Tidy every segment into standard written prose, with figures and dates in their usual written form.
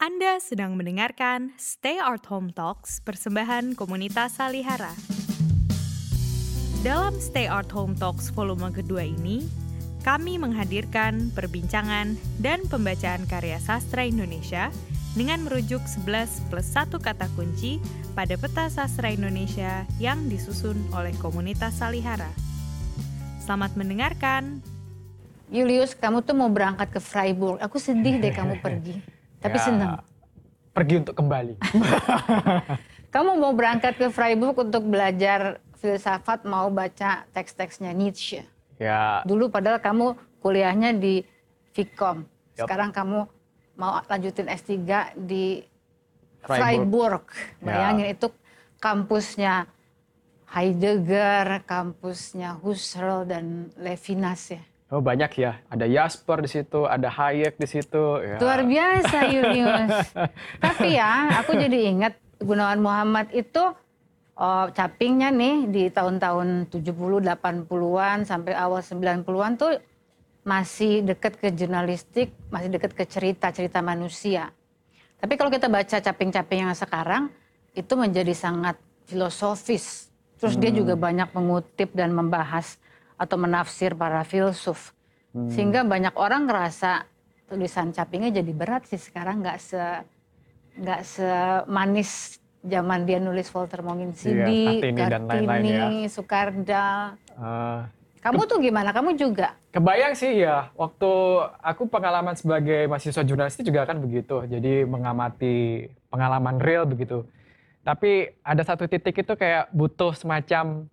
Anda sedang mendengarkan Stay Art Home Talks persembahan komunitas Salihara. Dalam Stay Art Home Talks volume kedua ini, kami menghadirkan perbincangan dan pembacaan karya sastra Indonesia dengan merujuk 11 plus 1 kata kunci pada peta sastra Indonesia yang disusun oleh komunitas Salihara. Selamat mendengarkan. Julius, kamu tuh mau berangkat ke Freiburg. Aku sedih deh kamu pergi. Tapi Ya, senang. pergi untuk kembali. Kamu mau berangkat ke Freiburg untuk belajar filsafat, mau baca teks-teksnya Nietzsche. Ya, Dulu padahal kamu kuliahnya di Vkom. Yup. Sekarang kamu mau lanjutin S3 di Freiburg. Freiburg. Bayangin itu kampusnya Heidegger, kampusnya Husserl dan Levinas ya. oh banyak ya. Ada Jasper di situ, ada Hayek di situ. Ya. Luar biasa Julius. Tapi ya, aku jadi ingat Gunawan Muhammad itu capingnya nih di tahun-tahun 70, 80-an sampai awal 90-an tuh masih dekat ke jurnalistik, masih dekat ke cerita-cerita manusia. Tapi kalau kita baca caping-caping yang sekarang, itu menjadi sangat filosofis. Terus dia juga banyak mengutip dan membahas atau menafsir para filsuf. Sehingga banyak orang ngerasa tulisan capingnya jadi berat sih sekarang, nggak semanis zaman dia nulis Walter Monginsidi, Kartini dan lain-lain ya. Sukardal. Eh, Kamu tuh gimana? Kamu juga? Kebayang sih ya, waktu aku pengalaman sebagai mahasiswa jurnalistik juga kan begitu. Jadi mengamati pengalaman real begitu. Tapi ada satu titik itu kayak butuh semacam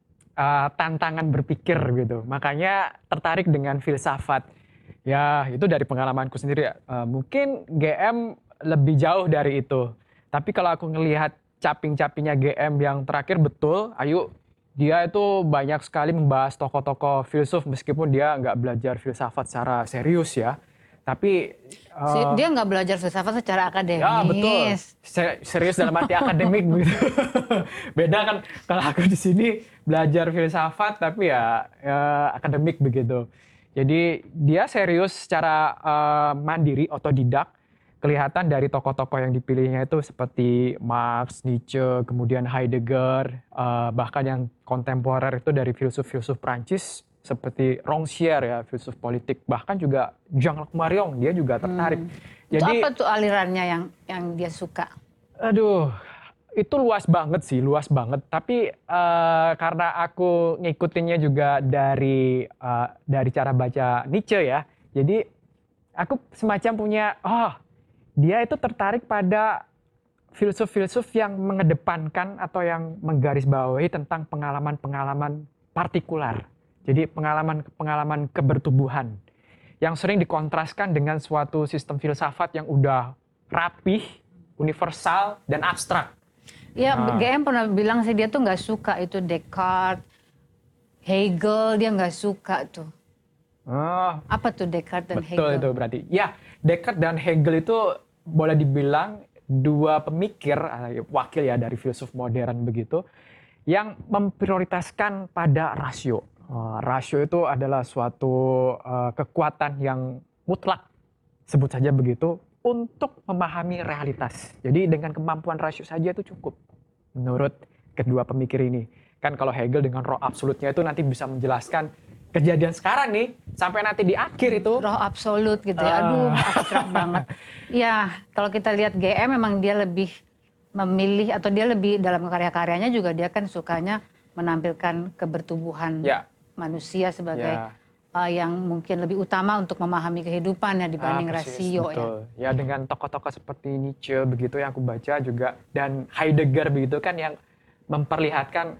tantangan berpikir gitu. Makanya tertarik dengan filsafat. Ya itu dari pengalamanku sendiri. Mungkin GM lebih jauh dari itu. Tapi kalau aku ngelihat caping-capingnya GM yang terakhir betul, ayo dia itu banyak sekali membahas tokoh-tokoh filsuf meskipun dia nggak belajar filsafat secara serius ya. Tapi Dia nggak belajar filsafat secara akademis. ya betul, serius dalam arti akademik gitu. Beda kan kalau aku di sini belajar filsafat tapi ya akademik begitu. Jadi dia serius secara mandiri, otodidak. Kelihatan dari tokoh-tokoh yang dipilihnya itu seperti Marx, Nietzsche, kemudian Heidegger, bahkan yang kontemporer itu dari filsuf-filsuf Prancis seperti Rancière ya, filsuf politik, bahkan juga Jean-Luc Marion dia juga tertarik. Itu Jadi apa tuh alirannya yang dia suka? aduh, itu luas banget sih, luas banget. Tapi karena aku ngikutinnya juga dari cara baca Nietzsche ya, jadi aku semacam punya, dia itu tertarik pada filsuf-filsuf yang mengedepankan atau yang menggarisbawahi tentang pengalaman-pengalaman partikular. Jadi pengalaman-pengalaman kebertubuhan yang sering dikontraskan dengan suatu sistem filsafat yang udah rapih, universal, dan abstrak. Ya, GM pernah bilang sih dia tuh nggak suka itu Descartes, Hegel, dia nggak suka tuh. Oh, Apa tuh Descartes dan betul Hegel? itu berarti. Ya, Descartes dan Hegel itu boleh dibilang dua pemikir, wakil ya dari filsuf modern begitu, yang memprioritaskan pada rasio. Rasio itu adalah suatu kekuatan yang mutlak, sebut saja begitu, untuk memahami realitas. Jadi dengan kemampuan rasio saja itu cukup, menurut kedua pemikir ini. Kan kalau Hegel dengan roh absolutnya itu nanti bisa menjelaskan kejadian sekarang nih, sampai nanti di akhir itu. Roh absolut gitu ya, aduh abstrak banget. Ya, kalau kita lihat GM memang dia lebih memilih, atau dia lebih dalam karya-karyanya juga dia kan sukanya menampilkan kebertubuhan manusia sebagai yang mungkin lebih utama untuk memahami kehidupan ya dibanding rasio betul. Ya dengan tokoh-tokoh seperti Nietzsche begitu yang aku baca juga, dan Heidegger begitu kan yang memperlihatkan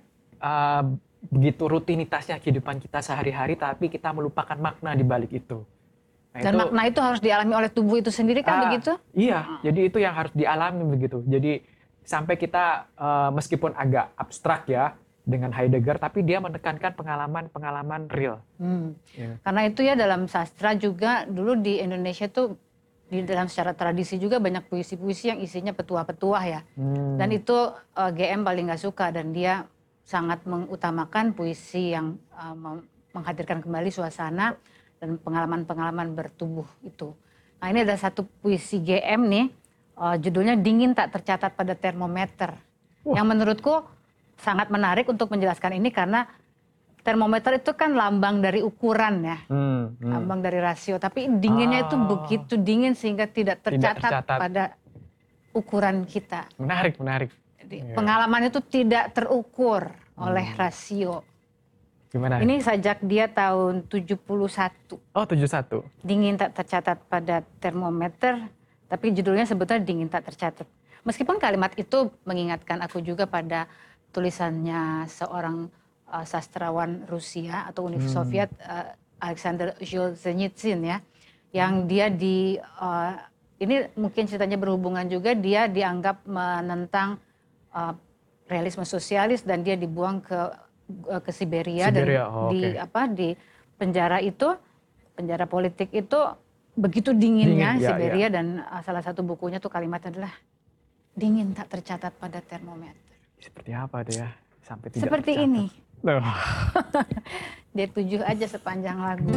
begitu rutinitasnya kehidupan kita sehari-hari, tapi kita melupakan makna di balik itu. Nah, Dan makna itu harus dialami oleh tubuh itu sendiri kan begitu? Iya, jadi itu yang harus dialami begitu. Jadi sampai kita meskipun agak abstrak ya dengan Heidegger, tapi dia menekankan pengalaman-pengalaman real. Ya. Karena itu ya dalam sastra juga dulu di Indonesia tuh di dalam secara tradisi juga banyak puisi-puisi yang isinya petuah-petuah ya. Dan itu GM paling nggak suka, dan dia sangat mengutamakan puisi yang menghadirkan kembali suasana dan pengalaman-pengalaman bertubuh itu. Nah ini ada satu puisi GM nih, judulnya Dingin Tak Tercatat Pada Termometer. Yang menurutku sangat menarik untuk menjelaskan ini karena termometer itu kan lambang dari ukuran ya, lambang dari rasio. Tapi dinginnya itu begitu dingin sehingga tidak tercatat pada ukuran kita. Menarik. Jadi, pengalaman itu tidak terukur oleh rasio. Gimana? Ini sejak dia tahun 71. Oh, 71. Dingin tak tercatat pada termometer, tapi judulnya sebetulnya Dingin Tak Tercatat. Meskipun kalimat itu mengingatkan aku juga pada tulisannya seorang sastrawan Rusia atau Uni Soviet, Alexander Solzhenitsyn ya, yang dia ini mungkin ceritanya berhubungan juga, dia dianggap menentang realisme sosialis dan dia dibuang ke Siberia dan di penjara itu, penjara politik itu begitu dinginnya Siberia. Dan salah satu bukunya tuh kalimatnya adalah dingin tak tercatat pada termometer. Seperti apa tuh ya? Sampai tidak seperti tercatat. Ini. Dia 7 aja sepanjang lagu.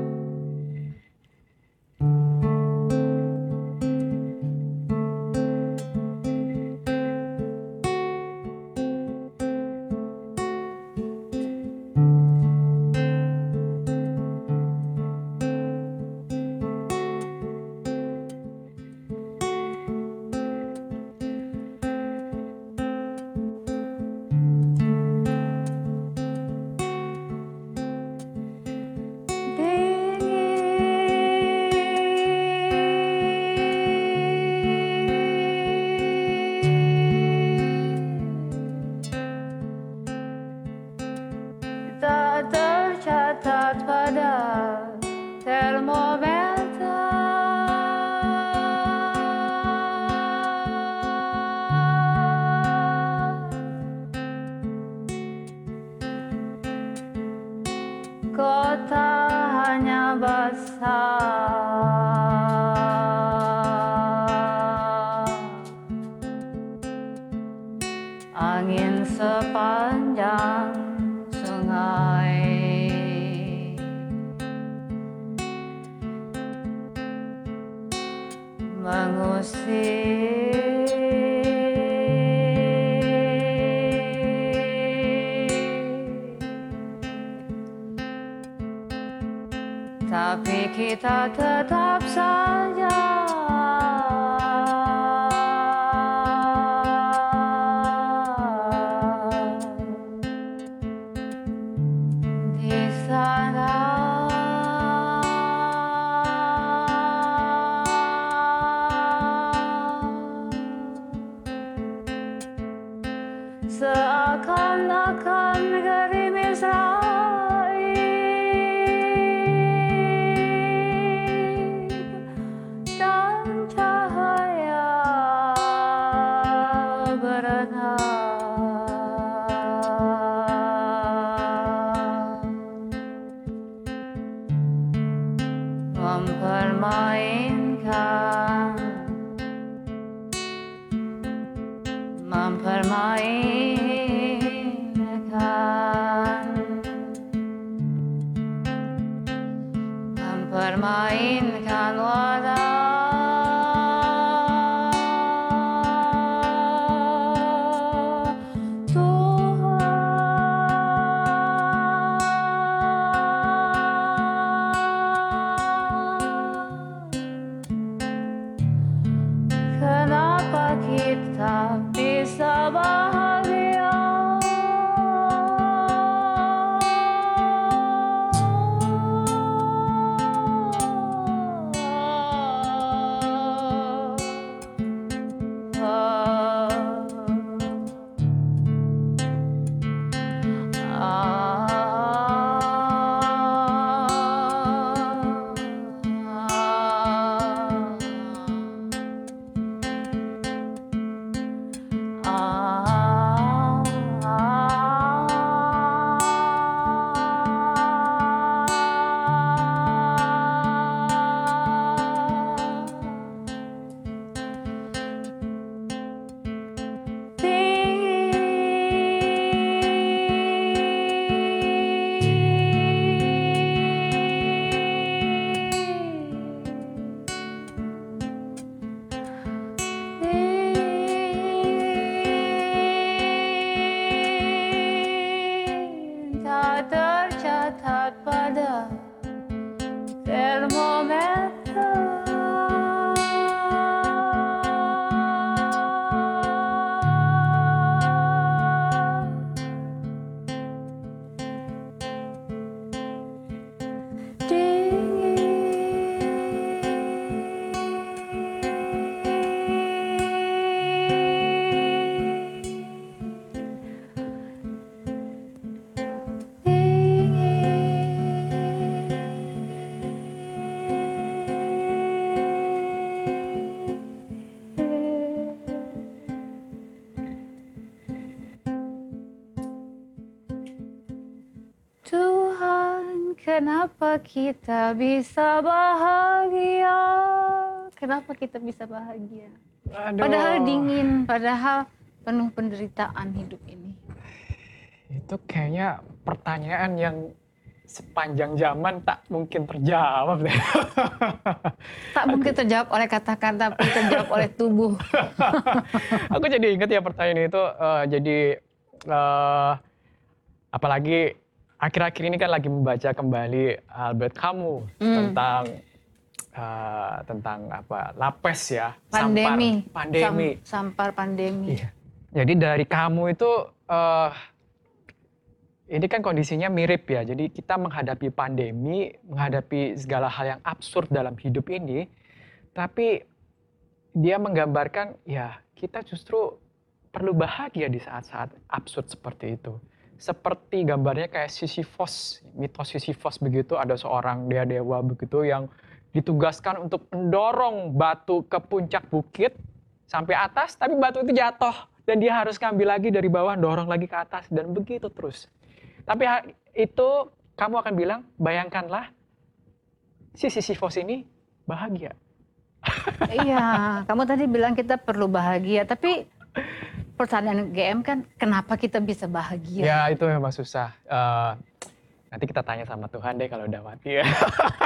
Tak tercatat pada termometer, kota hanya basah, angin sepanjang sungai, mengusir tapi kita tetap saja di sana. Seakan-akan gerimis raib dan cahaya berenang mempermainkan wadah Tuhan. Kenapa kita bisa bahagia? kenapa kita bisa bahagia? Kenapa kita bisa bahagia? Aduh. Padahal dingin, padahal penuh penderitaan hidup ini. Itu kayaknya pertanyaan yang sepanjang zaman tak mungkin terjawab deh. Tak mungkin terjawab oleh kata-kata, tapi terjawab oleh tubuh. Aku jadi ingat ya pertanyaan itu. Apalagi akhir-akhir ini kan lagi membaca kembali Albert Camus tentang apa, lapes ya, Sampar pandemi. Iya. Jadi dari kamu itu ini kan kondisinya mirip ya. Jadi kita menghadapi pandemi, menghadapi segala hal yang absurd dalam hidup ini, tapi dia menggambarkan ya kita justru perlu bahagia di saat-saat absurd seperti itu. Seperti gambarnya kayak Sisyphus, mitos Sisyphus begitu, ada seorang dewa begitu yang ditugaskan untuk mendorong batu ke puncak bukit sampai atas, tapi batu itu jatuh dan dia harus ngambil lagi dari bawah, dorong lagi ke atas dan begitu terus. Tapi itu kamu akan bilang, bayangkanlah si Sisyphus ini bahagia. Iya, kamu tadi bilang kita perlu bahagia, tapi pertanyaan GM kan kenapa kita bisa bahagia? Ya itu memang susah. Nanti kita tanya sama Tuhan deh kalau udah mati ya.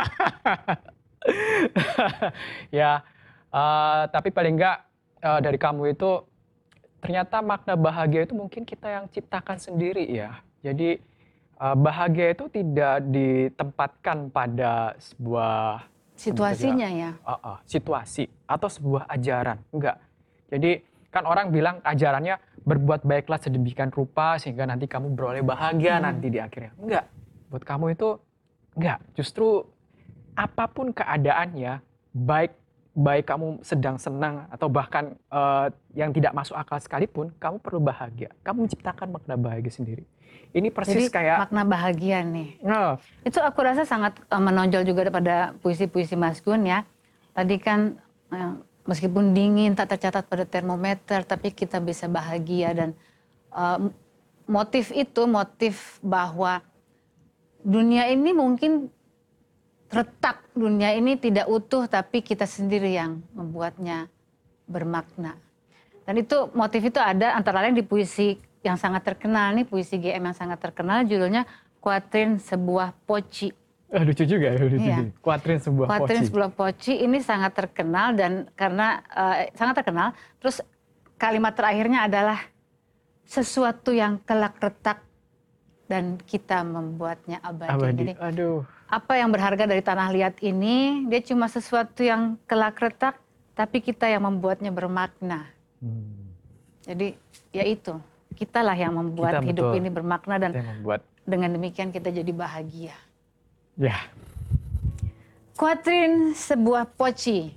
Ya, tapi paling enggak dari kamu itu ternyata makna bahagia itu mungkin kita yang ciptakan sendiri ya. Jadi bahagia itu tidak ditempatkan pada sebuah situasinya ya. Situasi atau sebuah ajaran, enggak. Jadi kan orang bilang ajarannya berbuat baiklah sedemikian rupa sehingga nanti kamu beroleh bahagia nanti di akhirnya. Enggak. Buat kamu itu enggak. Justru apapun keadaannya, baik kamu sedang senang atau bahkan yang tidak masuk akal sekalipun, kamu perlu bahagia. Kamu menciptakan makna bahagia sendiri. Ini persis jadi, kayak makna bahagia nih. Itu aku rasa sangat menonjol juga pada puisi-puisi Mas Gun ya. Tadi kan meskipun dingin tak tercatat pada termometer, tapi kita bisa bahagia dan motif itu motif bahwa dunia ini mungkin retak, dunia ini tidak utuh, tapi kita sendiri yang membuatnya bermakna. Dan itu motif itu ada antara lain di puisi yang sangat terkenal nih, puisi GM yang sangat terkenal, judulnya Kuatrin Sebuah Poci. Lucu juga ya, lucu. Iya. Kuatrin Sebuah Poci ini sangat terkenal dan karena sangat terkenal, terus kalimat terakhirnya adalah sesuatu yang kelak retak dan kita membuatnya abadi. Jadi, apa yang berharga dari tanah liat ini, dia cuma sesuatu yang kelak retak, tapi kita yang membuatnya bermakna. Jadi ya itu, kitalah yang membuat hidup ini bermakna dan dengan demikian kita jadi bahagia. Ya. Kuatrin Sebuah Poci.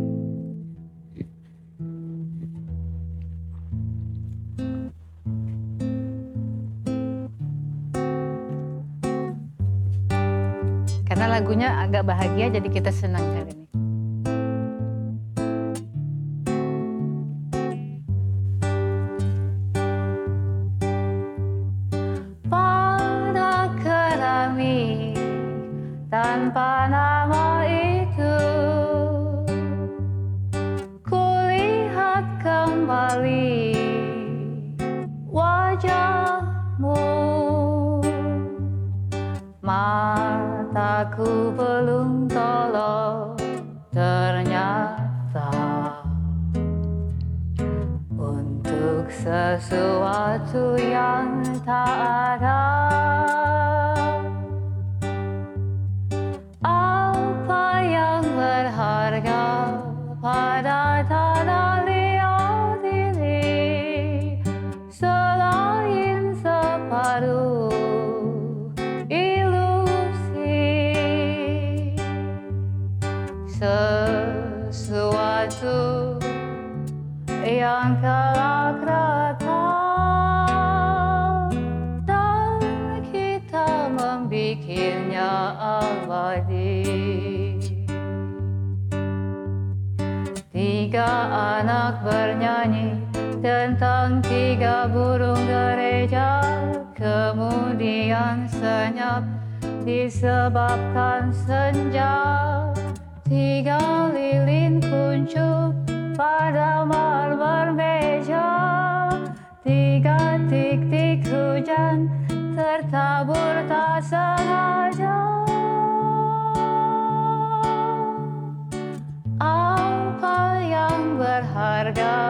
Karena lagunya agak bahagia jadi kita senang kali ini. Pada keramik tanpa nama itu, kulihat kembali wajahmu. Mataku belum tolong ternyata untuk sesuatu yang tak ada. Apa yang berharga pada tanah liat ini selain separuh sesuatu yang kelak retak dan kita membikinnya abadi. Tiga anak bernyanyi tentang tiga burung gereja, kemudian senyap disebabkan senja. 3 lilin kuncup pada marmer meja. 3 titik hujan tertabur tak sengaja. Apa yang berharga